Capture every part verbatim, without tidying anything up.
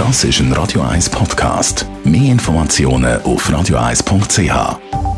Das ist ein Radio eins Podcast. Mehr Informationen auf radio eins punkt c h.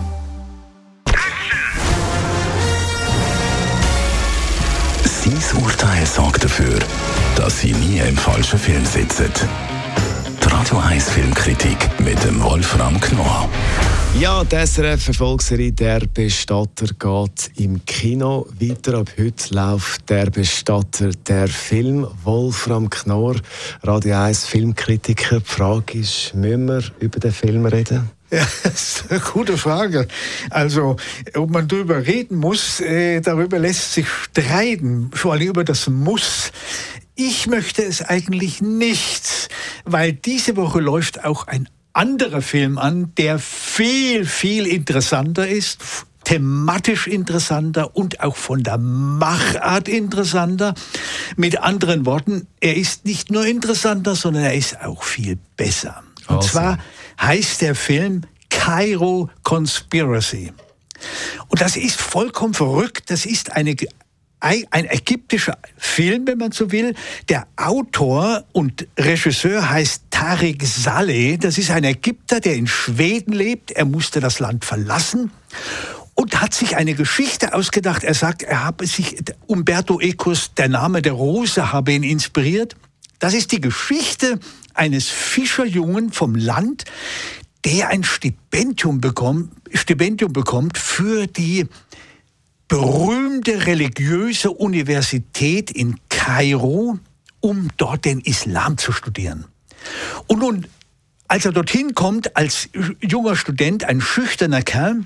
Sein Urteil sorgt dafür, dass Sie nie im falschen Film sitzen. Die Radio eins Filmkritik mit dem Wolfram Knorr. Ja, die S R F-Verfolgserie «Der Bestatter» geht im Kino weiter. Ab heute läuft «Der Bestatter», der Film. Wolfram Knorr, Radio eins Filmkritiker. Die Frage ist, müssen wir über den Film reden? Ja, das ist eine gute Frage. Also, ob man darüber reden muss, äh, darüber lässt sich streiten, vor allem über das Muss. Ich möchte es eigentlich nicht, weil diese Woche läuft auch ein anderer Film an, der viel, viel interessanter ist, thematisch interessanter und auch von der Machart interessanter. Mit anderen Worten, er ist nicht nur interessanter, sondern er ist auch viel besser. Und also. zwar heißt der Film Cairo Conspiracy. Und das ist vollkommen verrückt. Das ist eine, ein ägyptischer Film, wenn man so will. Der Autor und Regisseur heißt Tariq Saleh. Das ist ein Ägypter, der in Schweden lebt. Er musste das Land verlassen und hat sich eine Geschichte ausgedacht. Er sagt, er habe sich, Umberto Ecos, Der Name der Rose, habe ihn inspiriert. Das ist die Geschichte eines Fischerjungen vom Land, der ein Stipendium bekommt, Stipendium bekommt für die berühmte religiöse Universität in Kairo, um dort den Islam zu studieren. Und nun, als er dorthin kommt, als junger Student, ein schüchterner Kerl,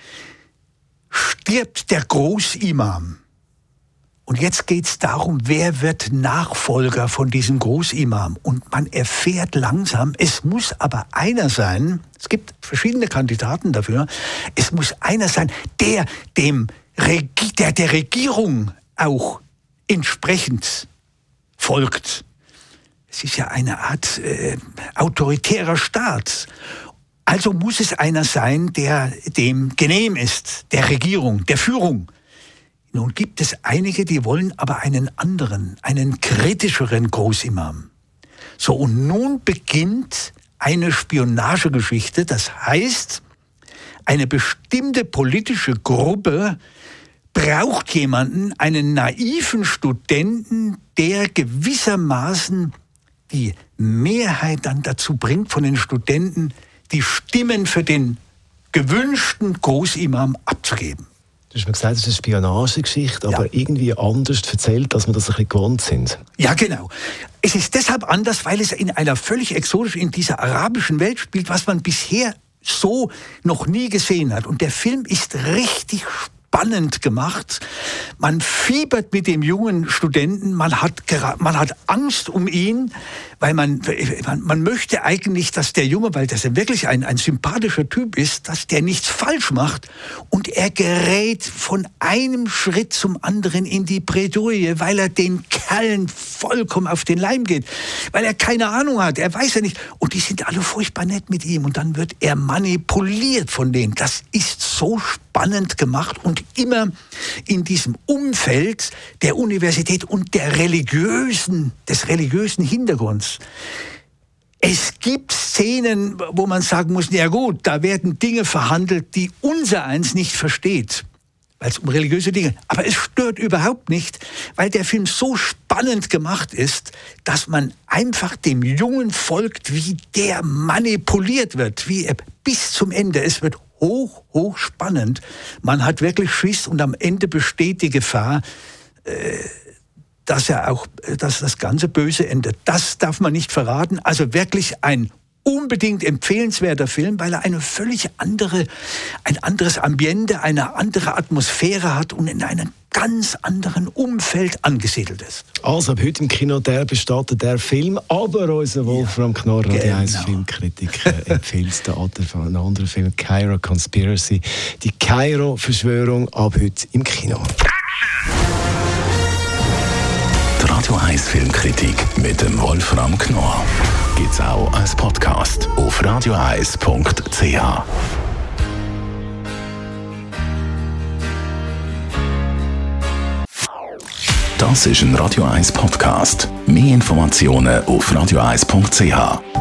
stirbt der Großimam. Und jetzt geht es darum, wer wird Nachfolger von diesem Großimam. Und man erfährt langsam, es muss aber einer sein, es gibt verschiedene Kandidaten dafür, es muss einer sein, der dem Regi- der, der Regierung auch entsprechend folgt. Es ist ja eine Art äh, autoritärer Staat. Also muss es einer sein, der dem genehm ist, der Regierung, der Führung. Nun gibt es einige, die wollen aber einen anderen, einen kritischeren Großimam. So, und nun beginnt eine Spionagegeschichte. Das heißt, eine bestimmte politische Gruppe braucht jemanden, einen naiven Studenten, der gewissermaßen die Mehrheit dann dazu bringt von den Studenten, die Stimmen für den gewünschten Großimam abzugeben. Du hast mir gesagt, es ist eine Spionagegeschichte, aber ja. irgendwie anders erzählt, dass wir das ein bisschen gewohnt sind. Ja, genau. Es ist deshalb anders, weil es in einer völlig exotischen, in dieser arabischen Welt spielt, was man bisher so noch nie gesehen hat. Und der Film ist richtig spannend gemacht. Man fiebert mit dem jungen Studenten, man hat, man hat Angst um ihn, weil man, man, man möchte eigentlich, dass der Junge, weil das ja wirklich ein, ein sympathischer Typ ist, dass der nichts falsch macht. Und er gerät von einem Schritt zum anderen in die Bredouille, weil er den Kerlen vollkommen auf den Leim geht. Weil er keine Ahnung hat, er weiß ja nicht. Und die sind alle furchtbar nett mit ihm. Und dann wird er manipuliert von denen. Das ist so spannend gemacht und immer in diesem Umfeld der Universität und der religiösen, des religiösen Hintergrunds. Es gibt Szenen, wo man sagen muss, ja gut, da werden Dinge verhandelt, die unser eins nicht versteht, weil es um religiöse Dinge, aber es stört überhaupt nicht, weil der Film so spannend gemacht ist, dass man einfach dem Jungen folgt, wie der manipuliert wird, wie er bis zum Ende, es wird hoch, hoch spannend. Man hat wirklich Schiss und am Ende besteht die Gefahr, äh, dass er auch, dass das ganze Böse endet. Das darf man nicht verraten. Also wirklich ein unbedingt empfehlenswerter Film, weil er eine völlig andere, ein anderes Ambiente, eine andere Atmosphäre hat und in einem ganz anderen Umfeld angesiedelt ist. Also ab heute im Kino «Der Bestatter», der Film, aber unser Wolfram ja, Knorr, Radio eins genau. Filmkritiker, empfiehlt einen anderen Film, «Cairo Conspiracy», die Kairo-Verschwörung, ab heute im Kino. Die Radio eins Filmkritik mit dem Wolfram Knorr gibt's auch als Podcast auf radio eins punkt c h. Das ist ein Radio eins Podcast. Mehr Informationen auf radio eins punkt c h.